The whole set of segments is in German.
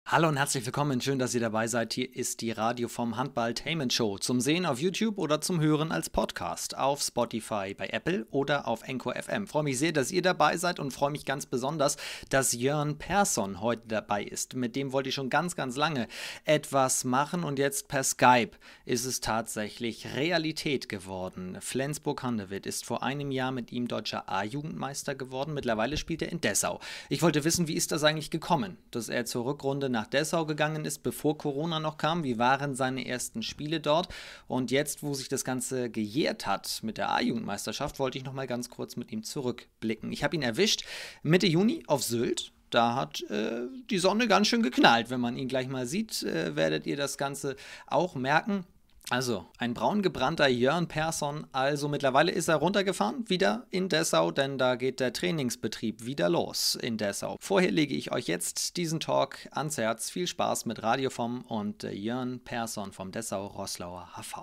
Hallo und herzlich willkommen, schön, dass ihr dabei seid. Hier ist die Radio vom Handball-Tainment Show. Zum Sehen auf YouTube oder zum Hören als Podcast auf Spotify, bei Apple oder auf Anchor FM. Freue mich sehr, dass ihr dabei seid und freue mich ganz besonders, dass Jörn Persson heute dabei ist. Mit dem wollte ich schon ganz, ganz lange etwas machen und jetzt per Skype ist es tatsächlich Realität geworden. Flensburg-Handewitt ist vor einem Jahr mit ihm deutscher A-Jugendmeister geworden. Mittlerweile spielt er in Dessau. Ich wollte wissen, wie ist das eigentlich gekommen, dass er zur Rückrunde nach Dessau gegangen ist, bevor Corona noch kam. Wie waren seine ersten Spiele dort? Und jetzt, wo sich das Ganze gejährt hat mit der A-Jugendmeisterschaft, wollte ich noch mal ganz kurz mit ihm zurückblicken. Ich habe ihn erwischt Mitte Juni auf Sylt. Da hat die Sonne ganz schön geknallt. Wenn man ihn gleich mal sieht, werdet ihr das Ganze auch merken. Also, ein braun gebrannter Jörn Persson. Also mittlerweile ist er runtergefahren, wieder in Dessau, denn da geht der Trainingsbetrieb wieder los in Dessau. Vorher lege ich euch jetzt diesen Talk ans Herz. Viel Spaß mit Radio vom und Jörn Persson vom Dessau-Roßlauer HV.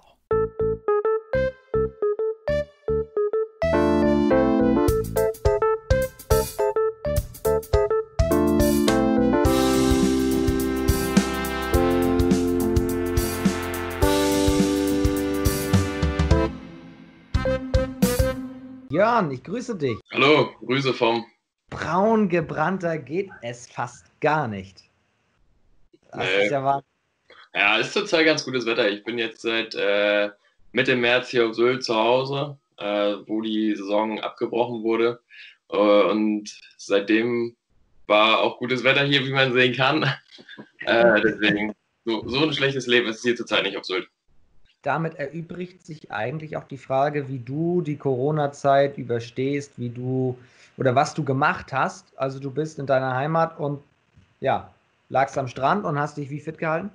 Jörn, ich grüße dich. Hallo, Grüße vom... Braun gebrannter geht es fast gar nicht. Das ist ja wahr. Ja, ist zurzeit ganz gutes Wetter. Ich bin jetzt seit Mitte März hier auf Sylt zu Hause, wo die Saison abgebrochen wurde. Und seitdem war auch gutes Wetter hier, wie man sehen kann. Deswegen, so ein schlechtes Leben ist es hier zurzeit nicht auf Sylt. Damit erübrigt sich eigentlich auch die Frage, wie du die Corona-Zeit überstehst, wie du oder was du gemacht hast. Also du bist in deiner Heimat und ja, lagst am Strand und hast dich wie fit gehalten?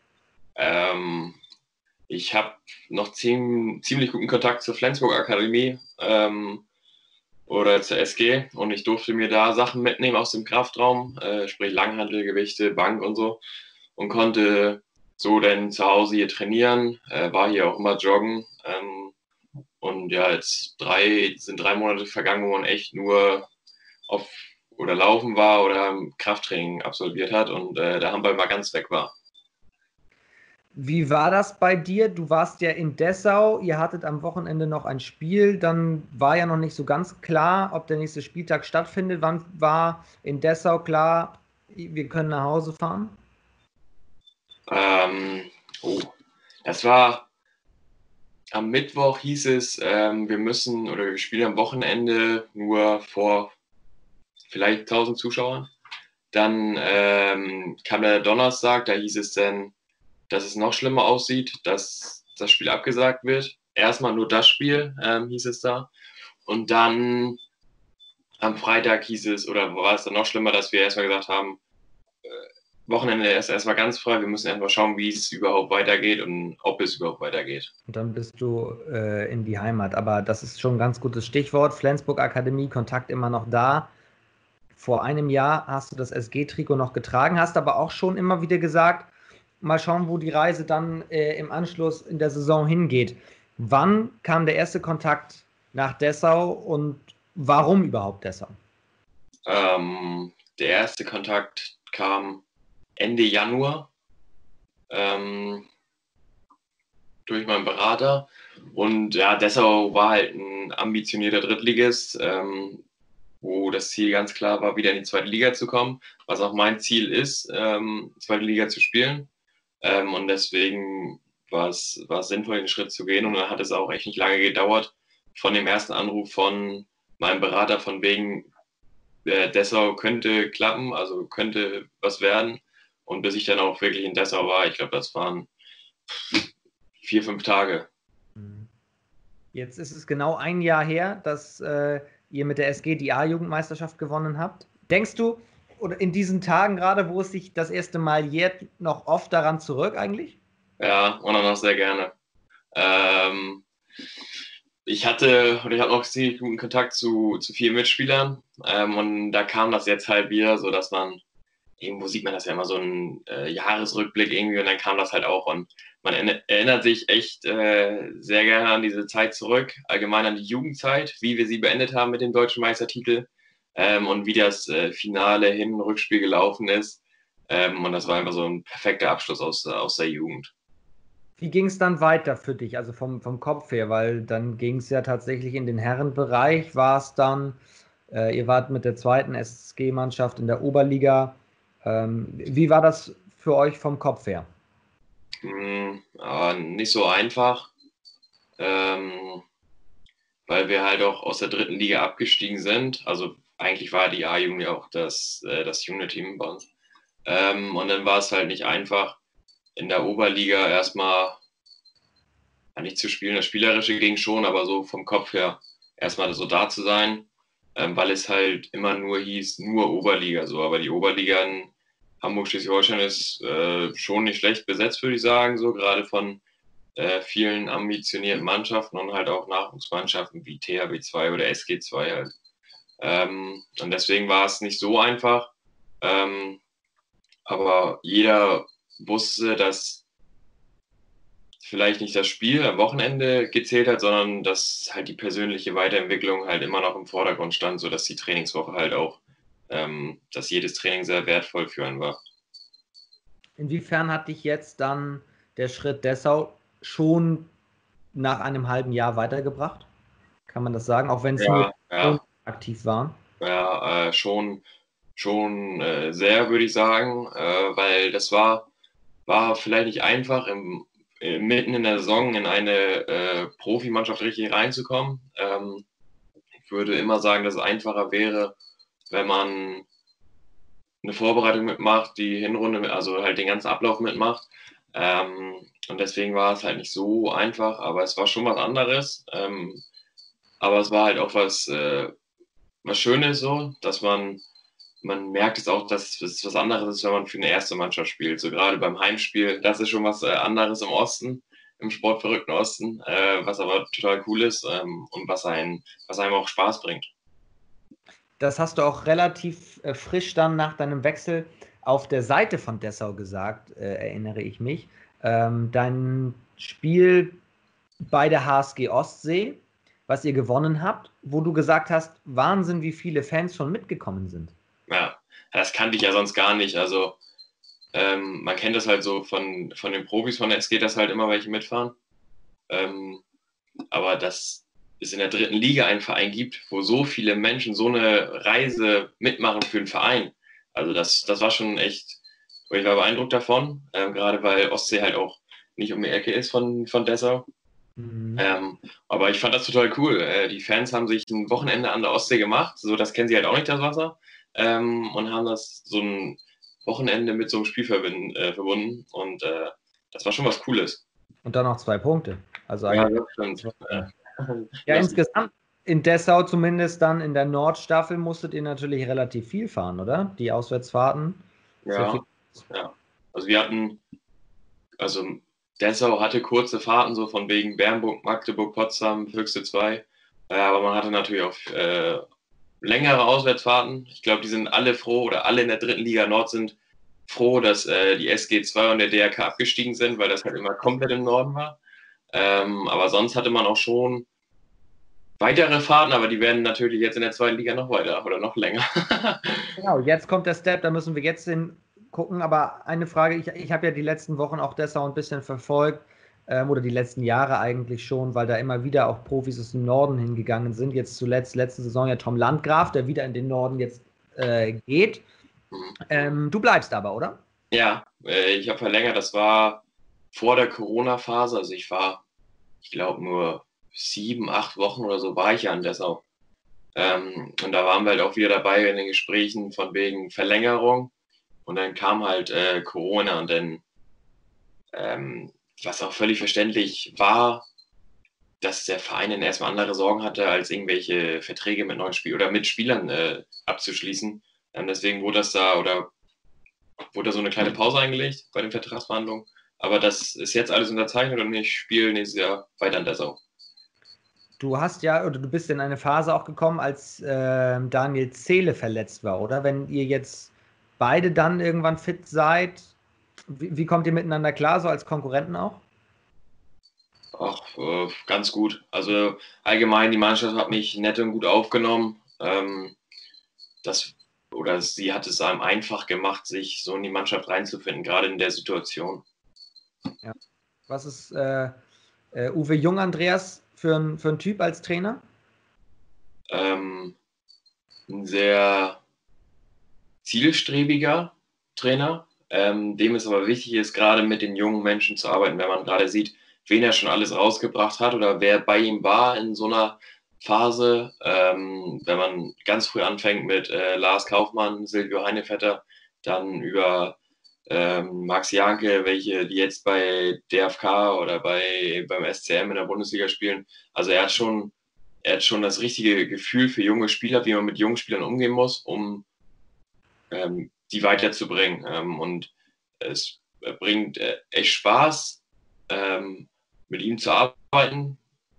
Ich habe noch ziemlich guten Kontakt zur Flensburg Akademie oder zur SG und ich durfte mir da Sachen mitnehmen aus dem Kraftraum, sprich Langhantel, Gewichte, Bank und so und konnte so dann zu Hause hier trainieren, war hier auch immer joggen und ja, jetzt sind 3 Monate vergangen, wo man echt nur auf oder laufen war oder Krafttraining absolviert hat und der Handball mal ganz weg war. Wie war das bei dir? Du warst ja in Dessau, ihr hattet am Wochenende noch ein Spiel, dann war ja noch nicht so ganz klar, ob der nächste Spieltag stattfindet. Wann war in Dessau klar, wir können nach Hause fahren? Das war am Mittwoch hieß es, wir spielen am Wochenende nur vor vielleicht 1000 Zuschauern. Dann kam der Donnerstag, da hieß es dann, dass es noch schlimmer aussieht, dass das Spiel abgesagt wird. Erstmal nur das Spiel, hieß es da. Und dann am Freitag hieß es, oder war es dann noch schlimmer, dass wir erstmal gesagt haben, Wochenende ist erstmal ganz frei, wir müssen erstmal schauen, wie es überhaupt weitergeht und ob es überhaupt weitergeht. Und dann bist du in die Heimat, aber das ist schon ein ganz gutes Stichwort. Flensburg Akademie, Kontakt immer noch da. Vor einem Jahr hast du das SG-Trikot noch getragen, hast aber auch schon immer wieder gesagt, mal schauen, wo die Reise dann im Anschluss in der Saison hingeht. Wann kam der erste Kontakt nach Dessau und warum überhaupt Dessau? Der erste Kontakt kam Ende Januar durch meinen Berater und ja, Dessau war halt ein ambitionierter Drittligist, wo das Ziel ganz klar war, wieder in die zweite Liga zu kommen, was auch mein Ziel ist, zweite Liga zu spielen und deswegen war es sinnvoll, den Schritt zu gehen und dann hat es auch echt nicht lange gedauert von dem ersten Anruf von meinem Berater von wegen Dessau könnte klappen, also könnte was werden. Und bis ich dann auch wirklich in Dessau war, ich glaube, das waren 4-5 Tage. Jetzt ist es genau ein Jahr her, dass ihr mit der SG die A-Jugendmeisterschaft gewonnen habt. Denkst du, oder in diesen Tagen gerade, wo es sich das erste Mal jährt, noch oft daran zurück eigentlich? Ja, und dann auch sehr gerne. Ich habe noch ziemlich guten Kontakt zu vielen Mitspielern und da kam das jetzt halt wieder, so dass man irgendwo sieht man das ja immer so ein Jahresrückblick irgendwie und dann kam das halt auch und man erinnert sich echt sehr gerne an diese Zeit zurück, allgemein an die Jugendzeit, wie wir sie beendet haben mit dem deutschen Meistertitel und wie das Finale hin Rückspiel gelaufen ist. Und das war einfach so ein perfekter Abschluss aus der Jugend. Wie ging es dann weiter für dich, also vom Kopf her? Weil dann ging es ja tatsächlich in den Herrenbereich, war es dann, ihr wart mit der zweiten SSG-Mannschaft in der Oberliga. Wie war das für euch vom Kopf her? Aber nicht so einfach, ähm, weil wir halt auch aus der dritten Liga abgestiegen sind. Also eigentlich war die A-Jugend ja auch das Junior-Team bei uns. Und dann war es halt nicht einfach, in der Oberliga erstmal nicht zu spielen. Das Spielerische ging schon, aber so vom Kopf her erstmal so da zu sein, weil es halt immer nur hieß, nur Oberliga so. Aber die Oberliga in Hamburg, Schleswig-Holstein ist schon nicht schlecht besetzt, würde ich sagen, so gerade von vielen ambitionierten Mannschaften und halt auch Nachwuchsmannschaften wie THW 2 oder SG 2 halt. Und deswegen war es nicht so einfach. Ähm, aber jeder wusste, dass vielleicht nicht das Spiel am Wochenende gezählt hat, sondern dass halt die persönliche Weiterentwicklung halt immer noch im Vordergrund stand, sodass die Trainingswoche halt auch, dass jedes Training sehr wertvoll für einen war. Inwiefern hat dich jetzt dann der Schritt Dessau schon nach einem halben Jahr weitergebracht? Kann man das sagen, auch wenn es nur Ja, ja, aktiv waren? ja, schon sehr, würde ich sagen, weil das war vielleicht nicht einfach, mitten in der Saison in eine Profimannschaft richtig reinzukommen. Ich würde immer sagen, dass es einfacher wäre, wenn man eine Vorbereitung mitmacht, die Hinrunde, also halt den ganzen Ablauf mitmacht. Und deswegen war es halt nicht so einfach, aber es war schon was anderes. Aber es war halt auch was Schönes so, dass man merkt es auch, dass es was anderes ist, wenn man für eine erste Mannschaft spielt. So gerade beim Heimspiel, das ist schon was anderes im Osten, im sportverrückten Osten, was aber total cool ist und was einem auch Spaß bringt. Das hast du auch relativ frisch dann nach deinem Wechsel auf der Seite von Dessau gesagt, erinnere ich mich. Dein Spiel bei der HSG Ostsee, was ihr gewonnen habt, wo du gesagt hast, Wahnsinn, wie viele Fans schon mitgekommen sind. Ja, das kannte ich ja sonst gar nicht. Also man kennt das halt so von den Profis von der SG, dass halt immer welche mitfahren. Ähm, aber dass es in der dritten Liga einen Verein gibt, wo so viele Menschen so eine Reise mitmachen für einen Verein, also das war schon echt, ich war beeindruckt davon, gerade weil Ostsee halt auch nicht um die Ecke ist von Dessau. Mhm. Ähm, aber ich fand das total cool. Die Fans haben sich ein Wochenende an der Ostsee gemacht, so das kennen sie halt auch nicht, das Wasser, und haben das so ein Wochenende mit so einem Spiel verbunden und das war schon was Cooles. Und dann noch 2 Punkte. Also Ja, eigentlich. das stimmt. Ja, Das, insgesamt in Dessau zumindest dann in der Nordstaffel musstet ihr natürlich relativ viel fahren, oder? Die Auswärtsfahrten. Sehr viel. ja, ja. Also wir hatten, also Dessau hatte kurze Fahrten, so von wegen Bernburg, Magdeburg, Potsdam, Füchse 2. Aber man hatte natürlich auch längere Auswärtsfahrten. Ich glaube, die sind alle froh oder alle in der dritten Liga Nord sind froh, dass die SG 2 und der DRK abgestiegen sind, weil das halt immer komplett im Norden war. Aber sonst hatte man auch schon weitere Fahrten, aber die werden natürlich jetzt in der zweiten Liga noch weiter oder noch länger. Genau, jetzt kommt der Step, da müssen wir jetzt hingucken. Aber eine Frage, ich habe ja die letzten Wochen auch Dessau ein bisschen verfolgt, oder die letzten Jahre eigentlich schon, weil da immer wieder auch Profis aus dem Norden hingegangen sind. Jetzt zuletzt, letzte Saison ja Tom Landgraf, der wieder in den Norden jetzt geht. Du bleibst aber, oder? Ja, ich habe verlängert. Das war vor der Corona-Phase. Also ich glaube, nur 7, 8 Wochen oder so war ich ja in Dessau. Und da waren wir halt auch wieder dabei in den Gesprächen von wegen Verlängerung. Und dann kam halt Corona und dann, ähm, was auch völlig verständlich war, dass der Verein dann erstmal andere Sorgen hatte, als irgendwelche Verträge mit neuen Spielern oder mit Spielern abzuschließen. Deswegen wurde da so eine kleine Pause eingelegt bei den Vertragsverhandlungen. Aber das ist jetzt alles unterzeichnet und ich spiele nächstes Jahr weiter in Dessau. Du hast ja, oder du bist in eine Phase auch gekommen, als Daniel Zähle verletzt war, oder? Wenn ihr jetzt beide dann irgendwann fit seid, wie kommt ihr miteinander klar, so als Konkurrenten auch? Auch ganz gut. Also allgemein, die Mannschaft hat mich nett und gut aufgenommen. Das oder sie hat es einem einfach gemacht, sich so in die Mannschaft reinzufinden, gerade in der Situation. Ja. Was ist Uwe Jung, Andreas, für ein Typ als Trainer? Ein sehr zielstrebiger Trainer, dem es aber wichtig ist, gerade mit den jungen Menschen zu arbeiten, wenn man gerade sieht, wen er schon alles rausgebracht hat oder wer bei ihm war in so einer Phase, wenn man ganz früh anfängt mit Lars Kaufmann, Silvio Heinevetter, dann über Max Janke, die jetzt bei DFK oder beim SCM in der Bundesliga spielen. Also er hat schon das richtige Gefühl für junge Spieler, wie man mit jungen Spielern umgehen muss, um die weiterzubringen. Und es bringt echt Spaß, mit ihm zu arbeiten.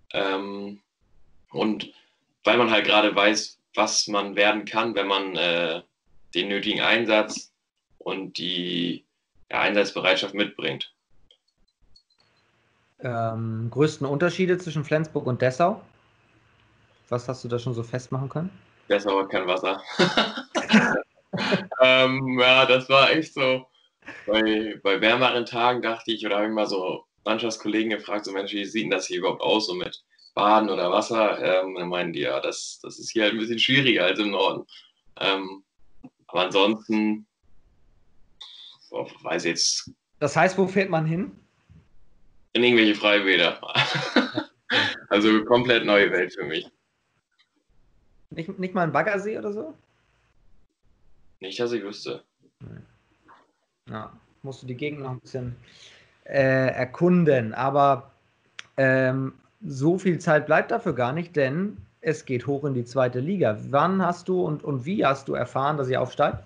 Und weil man halt gerade weiß, was man werden kann, wenn man den nötigen Einsatz und die Einsatzbereitschaft mitbringt. Größten Unterschiede zwischen Flensburg und Dessau? Was hast du da schon so festmachen können? Dessau hat kein Wasser. Ja, das war echt so. Bei wärmeren Tagen dachte ich, oder habe ich mal so Mannschaftskollegen gefragt, so Mensch, wie sieht denn das hier überhaupt aus, so mit Baden oder Wasser? Dann meinen die, ja, das ist hier halt ein bisschen schwieriger als im Norden. Aber ansonsten, weiß ich jetzt. Das heißt, wo fährt man hin? In irgendwelche Freibäder. Also komplett neue Welt für mich. Nicht mal ein Baggersee oder so? Nicht, dass ich wüsste. Ja, musst du die Gegend noch ein bisschen erkunden. Aber so viel Zeit bleibt dafür gar nicht, denn es geht hoch in die 2. Liga. Wann hast du und wie hast du erfahren, dass ihr aufsteigt?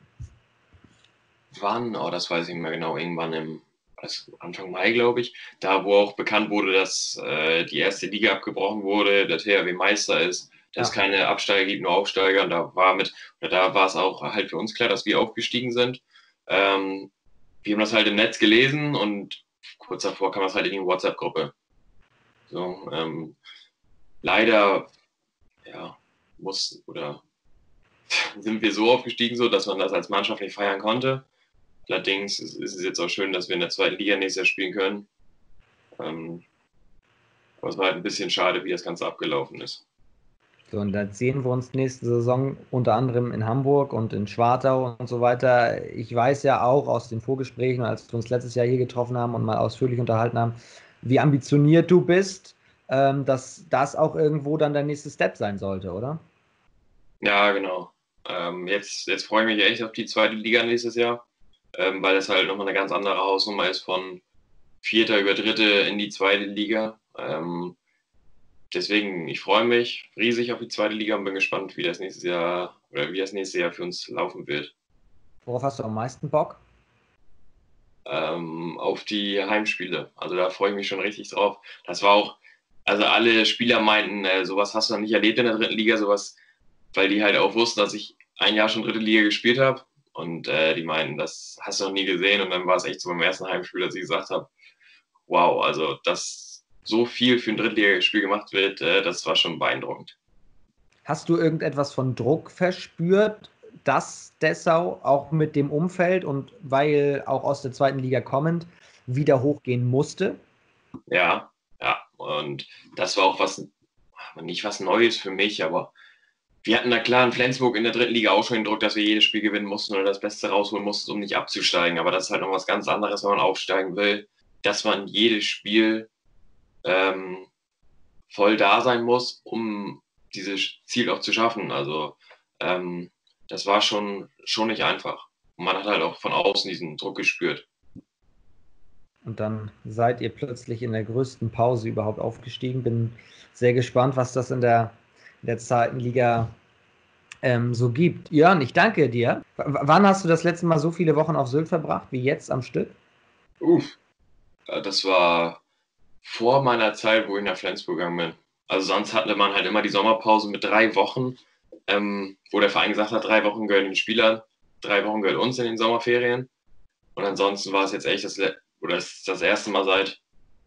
Wann? Oh, das weiß ich nicht mehr genau. Irgendwann Anfang Mai, glaube ich. Da, wo auch bekannt wurde, dass die 1. Liga abgebrochen wurde, der THW Meister ist, dass es keine Absteiger gibt, nur Aufsteiger. Und da war es auch halt für uns klar, dass wir aufgestiegen sind. Wir haben das halt im Netz gelesen und kurz davor kam das halt in die WhatsApp-Gruppe. So, leider, ja, sind wir so aufgestiegen, so dass man das als Mannschaft nicht feiern konnte. Allerdings ist es jetzt auch schön, dass wir in der 2. Liga nächstes Jahr spielen können. Aber es war halt ein bisschen schade, wie das Ganze abgelaufen ist. So, und da sehen wir uns nächste Saison unter anderem in Hamburg und in Schwartau und so weiter. Ich weiß ja auch aus den Vorgesprächen, als wir uns letztes Jahr hier getroffen haben und mal ausführlich unterhalten haben, wie ambitioniert du bist, dass das auch irgendwo dann der nächste Step sein sollte, oder? Ja, genau. Jetzt freue ich mich echt auf die 2. Liga nächstes Jahr, weil das halt nochmal eine ganz andere Hausnummer ist von 4. über 3. in die 2. Liga. Deswegen, ich freue mich riesig auf die 2. Liga und bin gespannt, wie das nächste Jahr für uns laufen wird. Worauf hast du am meisten Bock? Auf die Heimspiele. Also da freue ich mich schon richtig drauf. Das war auch, also alle Spieler meinten, sowas hast du noch nicht erlebt in der 3. Liga, sowas, weil die halt auch wussten, dass ich ein Jahr schon 3. Liga gespielt habe. Und die meinten, das hast du noch nie gesehen. Und dann war es echt so beim ersten Heimspiel, dass ich gesagt habe, wow, also dass so viel für ein Drittligaspiel gemacht wird, das war schon beeindruckend. Hast du irgendetwas von Druck verspürt, dass Dessau auch mit dem Umfeld und weil auch aus der 2. Liga kommend wieder hochgehen musste? Ja. Und das war auch nicht was Neues für mich, aber wir hatten da klar in Flensburg in der 3. Liga auch schon den Druck, dass wir jedes Spiel gewinnen mussten oder das Beste rausholen mussten, um nicht abzusteigen. Aber das ist halt noch was ganz anderes, wenn man aufsteigen will, dass man jedes Spiel voll da sein muss, um dieses Ziel auch zu schaffen. Also das war schon nicht einfach. Und man hat halt auch von außen diesen Druck gespürt. Und dann seid ihr plötzlich in der größten Pause überhaupt aufgestiegen. Bin sehr gespannt, was das in der 2. Liga so gibt. Jörn, ich danke dir. Wann hast du das letzte Mal so viele Wochen auf Sylt verbracht wie jetzt am Stück? Das war vor meiner Zeit, wo ich nach Flensburg gegangen bin. Also sonst hatte man halt immer die Sommerpause mit 3 Wochen, wo der Verein gesagt hat, 3 Wochen gehören den Spielern, 3 Wochen gehört uns in den Sommerferien. Und ansonsten war es jetzt echt das erste Mal seit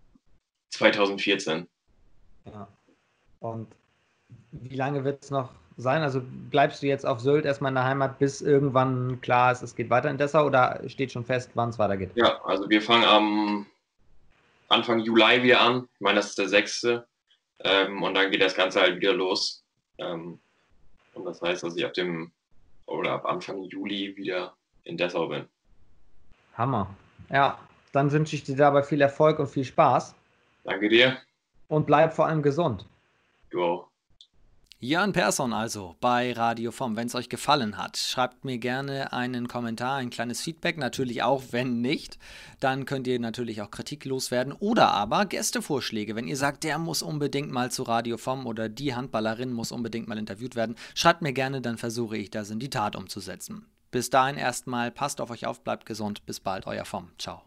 2014. Ja. Und wie lange wird es noch sein? Also bleibst du jetzt auf Sylt erstmal in der Heimat, bis irgendwann klar ist, es geht weiter in Dessau, oder steht schon fest, wann es weitergeht? Ja, also wir fangen am Anfang Juli wieder an. Ich meine, das ist der 6. Und dann geht das Ganze halt wieder los. Und das heißt, dass ich ab Anfang Juli wieder in Dessau bin. Hammer. Ja, dann wünsche ich dir dabei viel Erfolg und viel Spaß. Danke dir. Und bleib vor allem gesund. Du auch. Jörn Persson also bei Radio FOM. Wenn es euch gefallen hat, schreibt mir gerne einen Kommentar, ein kleines Feedback. Natürlich auch, wenn nicht, dann könnt ihr natürlich auch Kritik loswerden oder aber Gästevorschläge. Wenn ihr sagt, der muss unbedingt mal zu Radio FOM oder die Handballerin muss unbedingt mal interviewt werden, schreibt mir gerne, dann versuche ich das in die Tat umzusetzen. Bis dahin erstmal, passt auf euch auf, bleibt gesund. Bis bald, euer FOM. Ciao.